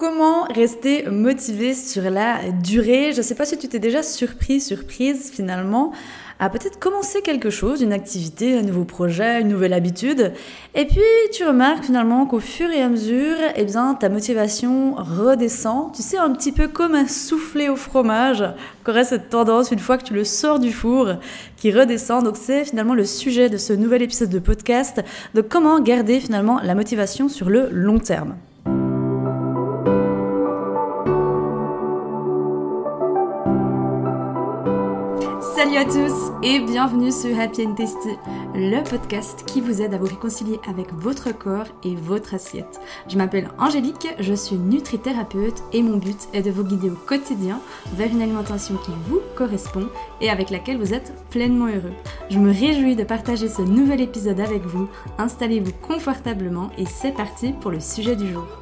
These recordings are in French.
Comment rester motivé sur la durée? Je ne sais pas si tu t'es déjà surprise finalement à peut-être commencer quelque chose, une activité, un nouveau projet, une nouvelle habitude. Et puis tu remarques finalement qu'au fur et à mesure, ta motivation redescend. Tu sais, un petit peu comme un soufflé au fromage, qu'aurait cette tendance une fois que tu le sors du four, qui redescend. Donc c'est finalement le sujet de ce nouvel épisode de podcast, de comment garder finalement la motivation sur le long terme. Salut à tous et bienvenue sur Happy and Tasty, le podcast qui vous aide à vous réconcilier avec votre corps et votre assiette. Je m'appelle Angélique, je suis nutrithérapeute et mon but est de vous guider au quotidien vers une alimentation qui vous correspond et avec laquelle vous êtes pleinement heureux. Je me réjouis de partager ce nouvel épisode avec vous. Installez-vous confortablement et c'est parti pour le sujet du jour.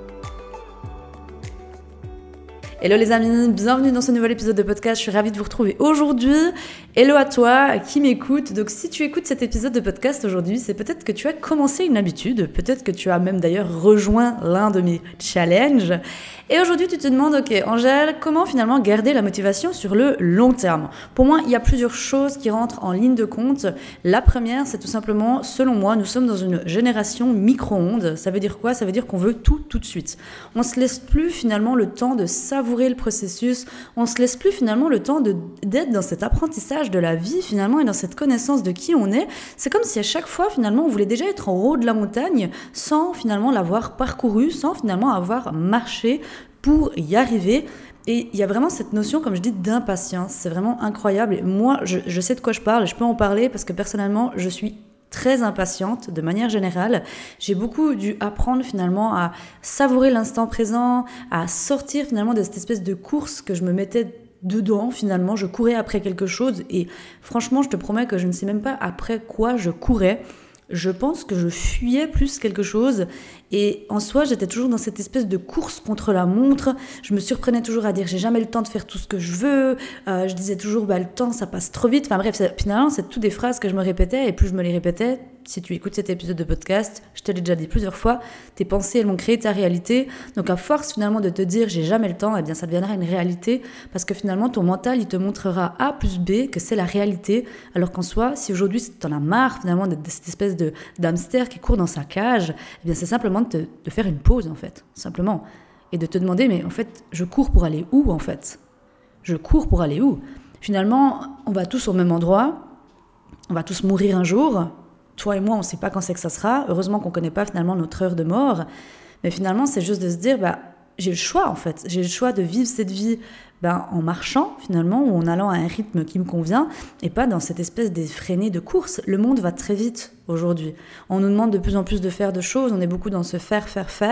Hello les amis, bienvenue dans ce nouvel épisode de podcast, je suis ravie de vous retrouver aujourd'hui. Hello à toi qui m'écoute. Donc si tu écoutes cet épisode de podcast aujourd'hui, c'est peut-être que tu as commencé une habitude, peut-être que tu as même d'ailleurs rejoint l'un de mes challenges. Et aujourd'hui tu te demandes, ok Angèle, comment finalement garder la motivation sur le long terme? Pour moi, il y a plusieurs choses qui rentrent en ligne de compte. La première, c'est tout simplement, selon moi, nous sommes dans une génération micro-ondes. Ça veut dire quoi? Ça veut dire qu'on veut tout de suite. On se laisse plus finalement le temps de savourer le processus, on se laisse plus finalement le temps d'être dans cet apprentissage de la vie finalement et dans cette connaissance de qui on est. C'est comme si à chaque fois finalement on voulait déjà être en haut de la montagne sans finalement l'avoir parcouru, sans finalement avoir marché pour y arriver. Et il y a vraiment cette notion, comme je dis, d'impatience. C'est vraiment incroyable. Et moi, je sais de quoi je parle et je peux en parler parce que personnellement, je suis très impatiente de manière générale. J'ai beaucoup dû apprendre finalement à savourer l'instant présent, à sortir finalement de cette espèce de course que je me mettais dedans finalement. Je courais après quelque chose et franchement, je te promets que je ne sais même pas après quoi je courais. Je pense que je fuyais plus quelque chose et en soi j'étais toujours dans cette espèce de course contre la montre. Je me surprenais toujours à dire j'ai jamais le temps de faire tout ce que je veux, je disais toujours le temps ça passe trop vite, enfin bref, finalement c'est toutes des phrases que je me répétais et plus je me les répétais, si tu écoutes cet épisode de podcast, je te l'ai déjà dit plusieurs fois, tes pensées elles vont créer ta réalité, donc à force finalement de te dire j'ai jamais le temps, eh bien ça deviendra une réalité parce que finalement ton mental il te montrera A plus B que c'est la réalité, alors qu'en soi si aujourd'hui t'en as marre finalement de cette espèce d'hamster qui court dans sa cage, eh bien c'est simplement de faire une pause en fait, simplement, et de te demander mais en fait je cours pour aller où en fait? Je cours pour aller où? Finalement on va tous au même endroit, on va tous mourir un jour, toi et moi on ne sait pas quand c'est que ça sera, heureusement qu'on ne connaît pas finalement notre heure de mort, mais finalement c'est juste de se dire j'ai le choix en fait, j'ai le choix de vivre cette vie en marchant finalement ou en allant à un rythme qui me convient et pas dans cette espèce d'effréné de course. Le monde va très vite aujourd'hui. On nous demande de plus en plus de faire de choses, on est beaucoup dans ce faire,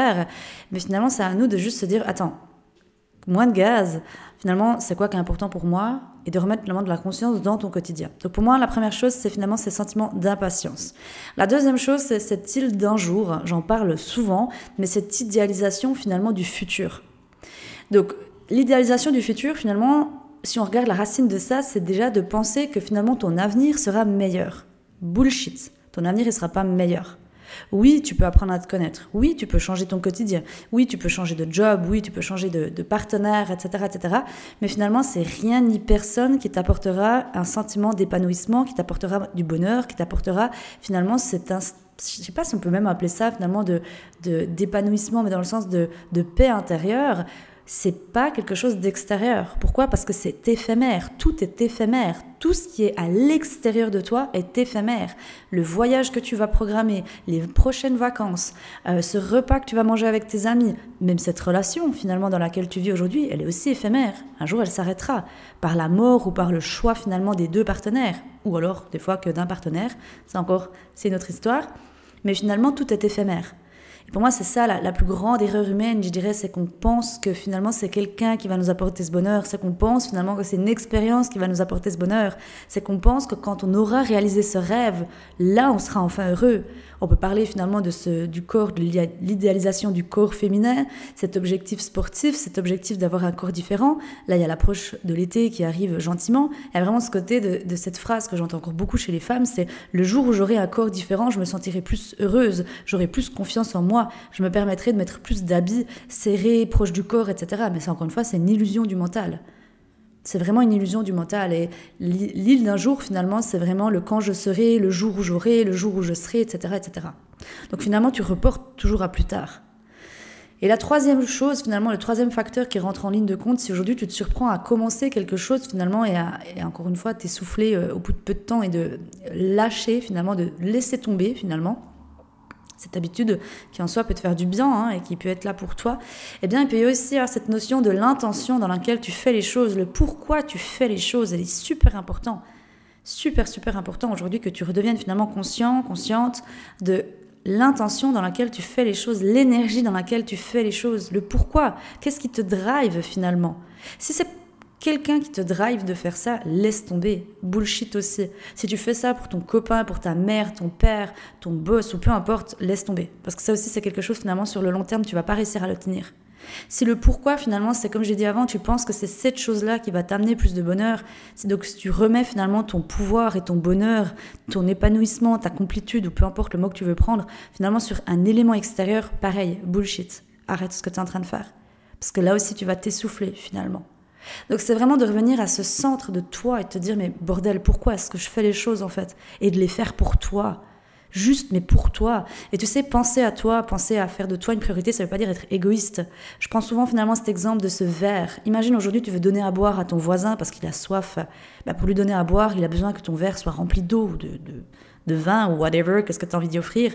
mais finalement c'est à nous de juste se dire attends, moins de gaz, finalement c'est quoi qui est important pour moi et de remettre finalement de la conscience dans ton quotidien. Donc pour moi la première chose c'est finalement ces sentiments d'impatience. La deuxième chose c'est cette île d'un jour, j'en parle souvent, mais cette idéalisation finalement du futur. Donc l'idéalisation du futur, finalement, si on regarde la racine de ça, c'est déjà de penser que finalement ton avenir sera meilleur. Bullshit. Ton avenir, il ne sera pas meilleur. Oui, tu peux apprendre à te connaître. Oui, tu peux changer ton quotidien. Oui, tu peux changer de job. Oui, tu peux changer de partenaire, etc., etc. Mais finalement, c'est rien ni personne qui t'apportera un sentiment d'épanouissement, qui t'apportera du bonheur, qui t'apportera finalement cet instant. Je ne sais pas si on peut même appeler ça finalement d'épanouissement, mais dans le sens de paix intérieure. C'est pas quelque chose d'extérieur. Pourquoi? Parce que c'est éphémère. Tout est éphémère. Tout ce qui est à l'extérieur de toi est éphémère. Le voyage que tu vas programmer, les prochaines vacances, ce repas que tu vas manger avec tes amis, même cette relation finalement dans laquelle tu vis aujourd'hui, elle est aussi éphémère. Un jour, elle s'arrêtera par la mort ou par le choix finalement des deux partenaires. Ou alors, des fois, que d'un partenaire. C'est une autre histoire. Mais finalement, tout est éphémère. Et pour moi, c'est ça la plus grande erreur humaine, je dirais, c'est qu'on pense que finalement c'est quelqu'un qui va nous apporter ce bonheur, c'est qu'on pense finalement que c'est une expérience qui va nous apporter ce bonheur, c'est qu'on pense que quand on aura réalisé ce rêve, là on sera enfin heureux. On peut parler finalement du corps, de l'idéalisation du corps féminin, cet objectif sportif, cet objectif d'avoir un corps différent. Là, il y a l'approche de l'été qui arrive gentiment. Il y a vraiment ce côté de cette phrase que j'entends encore beaucoup chez les femmes, c'est « le jour où j'aurai un corps différent, je me sentirai plus heureuse, j'aurai plus confiance en moi, je me permettrai de mettre plus d'habits serrés, proches du corps, etc. » Mais ça, encore une fois, c'est une illusion du mental. C'est vraiment une illusion du mental. Et l'île d'un jour, finalement, c'est vraiment le quand je serai, le jour où j'aurai, le jour où je serai, etc., etc. Donc finalement, tu reportes toujours à plus tard. Et la troisième chose, finalement, le troisième facteur qui rentre en ligne de compte, si aujourd'hui tu te surprends à commencer quelque chose, finalement, et encore une fois, t'essouffler au bout de peu de temps et de lâcher, finalement, de laisser tomber, finalement, cette habitude qui en soi peut te faire du bien et qui peut être là pour toi, eh bien il peut y aussi avoir cette notion de l'intention dans laquelle tu fais les choses, le pourquoi tu fais les choses, elle est super important, super important aujourd'hui que tu redeviennes finalement consciente de l'intention dans laquelle tu fais les choses, l'énergie dans laquelle tu fais les choses, le pourquoi, qu'est-ce qui te drive finalement. Si c'est quelqu'un qui te drive de faire ça, laisse tomber. Bullshit aussi. Si tu fais ça pour ton copain, pour ta mère, ton père, ton boss ou peu importe, laisse tomber. Parce que ça aussi, c'est quelque chose finalement sur le long terme, tu vas pas réussir à le tenir. Si le pourquoi finalement, c'est comme j'ai dit avant, tu penses que c'est cette chose-là qui va t'amener plus de bonheur, c'est donc si tu remets finalement ton pouvoir et ton bonheur, ton épanouissement, ta complétude ou peu importe le mot que tu veux prendre, finalement sur un élément extérieur, pareil, bullshit. Arrête ce que tu es en train de faire. Parce que là aussi, tu vas t'essouffler finalement. Donc c'est vraiment de revenir à ce centre de toi et te dire mais bordel, pourquoi est-ce que je fais les choses en fait, et de les faire pour toi, juste mais pour toi. Et tu sais, penser à toi, penser à faire de toi une priorité, ça veut pas dire être égoïste. Je prends souvent finalement cet exemple de ce verre. Imagine aujourd'hui tu veux donner à boire à ton voisin parce qu'il a soif. Pour lui donner à boire, il a besoin que ton verre soit rempli d'eau ou de vin ou whatever, qu'est-ce que tu as envie d'y offrir.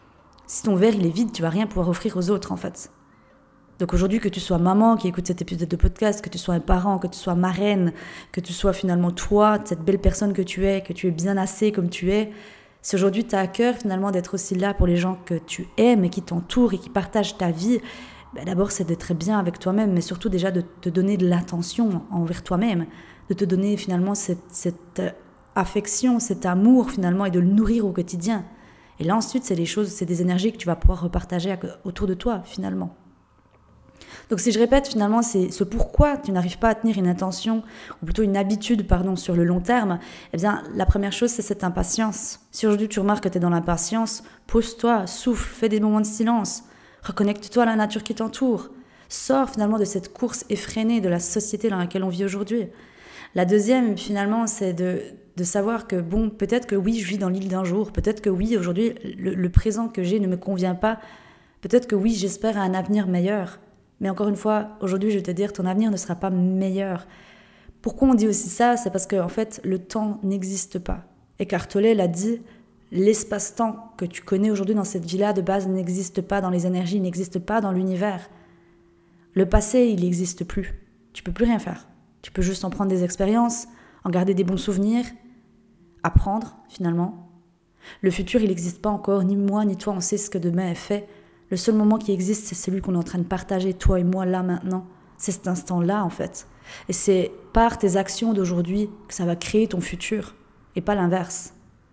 Si ton verre il est vide, tu vas rien pouvoir offrir aux autres en fait. Donc aujourd'hui, que tu sois maman qui écoute cet épisode de podcast, que tu sois un parent, que tu sois marraine, que tu sois finalement toi, cette belle personne que tu es bien assez comme tu es, si aujourd'hui tu as à cœur finalement d'être aussi là pour les gens que tu aimes et qui t'entourent et qui partagent ta vie, d'abord c'est d'être bien avec toi-même, mais surtout déjà de te donner de l'attention envers toi-même, de te donner finalement cette affection, cet amour finalement et de le nourrir au quotidien. Et là ensuite, c'est des énergies que tu vas pouvoir repartager autour de toi finalement. Donc si je répète, finalement, c'est ce pourquoi tu n'arrives pas à tenir une intention, ou plutôt une habitude, sur le long terme, eh bien, la première chose, c'est cette impatience. Si aujourd'hui tu remarques que tu es dans l'impatience, pose-toi, souffle, fais des moments de silence, reconnecte-toi à la nature qui t'entoure, sors finalement de cette course effrénée de la société dans laquelle on vit aujourd'hui. La deuxième, finalement, c'est de savoir que, peut-être que oui, je vis dans l'île d'un jour, peut-être que oui, aujourd'hui, le présent que j'ai ne me convient pas, peut-être que oui, j'espère à un avenir meilleur. Mais encore une fois, aujourd'hui, je vais te dire, ton avenir ne sera pas meilleur. Pourquoi on dit aussi ça ? C'est parce qu'en fait, le temps n'existe pas. Eckhart Tolle l'a dit, l'espace-temps que tu connais aujourd'hui dans cette vie-là, de base, n'existe pas dans les énergies, n'existe pas dans l'univers. Le passé, il n'existe plus. Tu peux plus rien faire. Tu peux juste en prendre des expériences, en garder des bons souvenirs, apprendre, finalement. Le futur, il n'existe pas encore, ni moi, ni toi, on sait ce que demain est fait. Le seul moment qui existe, c'est celui qu'on est en train de partager, toi et moi, là, maintenant. C'est cet instant-là, en fait. Et c'est par tes actions d'aujourd'hui que ça va créer ton futur, et pas l'inverse.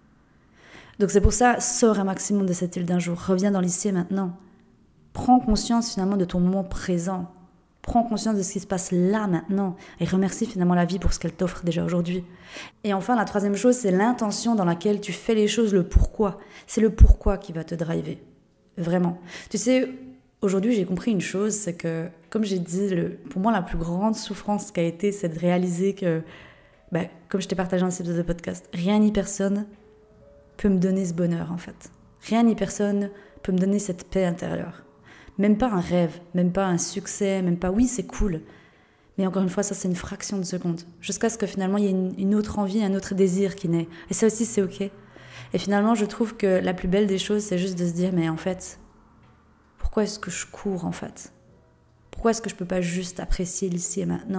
Donc c'est pour ça, sors un maximum de cette île d'un jour. Reviens dans l'ici et maintenant. Prends conscience, finalement, de ton moment présent. Prends conscience de ce qui se passe là, maintenant. Et remercie, finalement, la vie pour ce qu'elle t'offre déjà aujourd'hui. Et enfin, la troisième chose, c'est l'intention dans laquelle tu fais les choses, le pourquoi. C'est le pourquoi qui va te driver. Vraiment. Tu sais, aujourd'hui, j'ai compris une chose, c'est que, comme j'ai dit, pour moi, la plus grande souffrance qu'a été, c'est de réaliser que, comme je t'ai partagé dans cet épisode de podcast, rien ni personne peut me donner ce bonheur, en fait. Rien ni personne peut me donner cette paix intérieure. Même pas un rêve, même pas un succès, même pas, oui, c'est cool. Mais encore une fois, ça, c'est une fraction de seconde. Jusqu'à ce que, finalement, il y ait une autre envie, un autre désir qui naît. Et ça aussi, c'est OK. Et finalement, je trouve que la plus belle des choses, c'est juste de se dire, mais en fait, pourquoi est-ce que je cours en fait ? Pourquoi est-ce que je peux pas juste apprécier l'ici et maintenant ?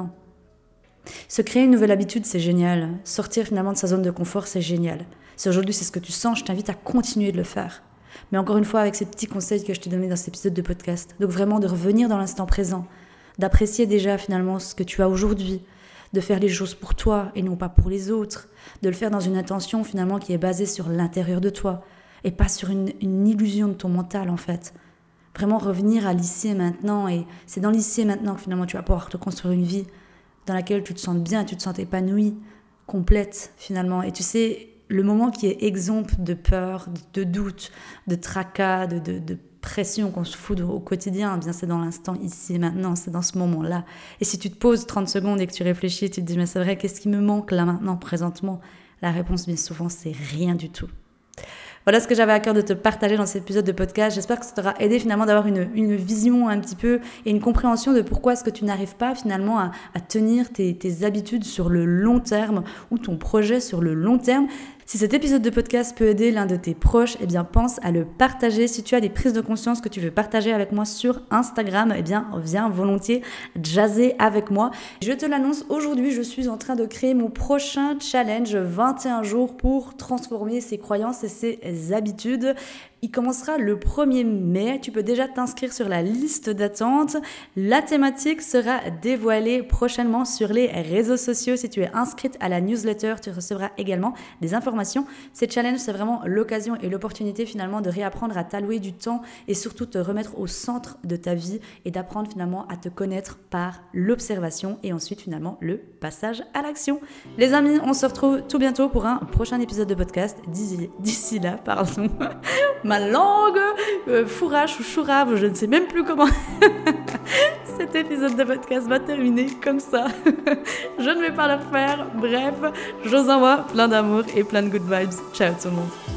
Se créer une nouvelle habitude, c'est génial. Sortir finalement de sa zone de confort, c'est génial. Si aujourd'hui c'est ce que tu sens, je t'invite à continuer de le faire. Mais encore une fois, avec ces petits conseils que je t'ai donnés dans cet épisode de podcast. Donc vraiment de revenir dans l'instant présent, d'apprécier déjà finalement ce que tu as aujourd'hui, de faire les choses pour toi et non pas pour les autres, de le faire dans une intention finalement qui est basée sur l'intérieur de toi et pas sur une illusion de ton mental en fait. Vraiment revenir à l'ici et maintenant, et c'est dans l'ici et maintenant que finalement tu vas pouvoir te construire une vie dans laquelle tu te sens bien, tu te sens épanouie, complète finalement. Et tu sais, le moment qui est exempt de peur, de doute, de tracas, de pression qu'on se fout au quotidien, eh bien c'est dans l'instant ici et maintenant, c'est dans ce moment-là. Et si tu te poses 30 secondes et que tu réfléchis, tu te dis mais c'est vrai, qu'est-ce qui me manque là maintenant, présentement? La réponse bien souvent c'est rien du tout. Voilà ce que j'avais à cœur de te partager dans cet épisode de podcast. J'espère que ça t'aura aidé finalement d'avoir une vision un petit peu et une compréhension de pourquoi est-ce que tu n'arrives pas finalement à tenir tes habitudes sur le long terme ou ton projet sur le long terme. Si cet épisode de podcast peut aider l'un de tes proches, eh bien pense à le partager. Si tu as des prises de conscience que tu veux partager avec moi sur Instagram, eh bien viens volontiers jazzer avec moi. Je te l'annonce, aujourd'hui, je suis en train de créer mon prochain challenge 21 jours pour transformer ses croyances et ses habitudes. Il commencera le 1er mai. Tu peux déjà t'inscrire sur la liste d'attente. La thématique sera dévoilée prochainement sur les réseaux sociaux. Si tu es inscrite à la newsletter, tu recevras également des informations. Ces challenges, c'est vraiment l'occasion et l'opportunité finalement de réapprendre à t'allouer du temps et surtout te remettre au centre de ta vie et d'apprendre finalement à te connaître par l'observation et ensuite finalement le passage à l'action. Les amis, on se retrouve tout bientôt pour un prochain épisode de podcast. D'ici là, pardon. Ma langue, fourrache ou chourave, je ne sais même plus comment cet épisode de podcast va terminer comme ça. Je ne vais pas le refaire. Bref, je vous envoie plein d'amour et plein de good vibes. Ciao tout le monde.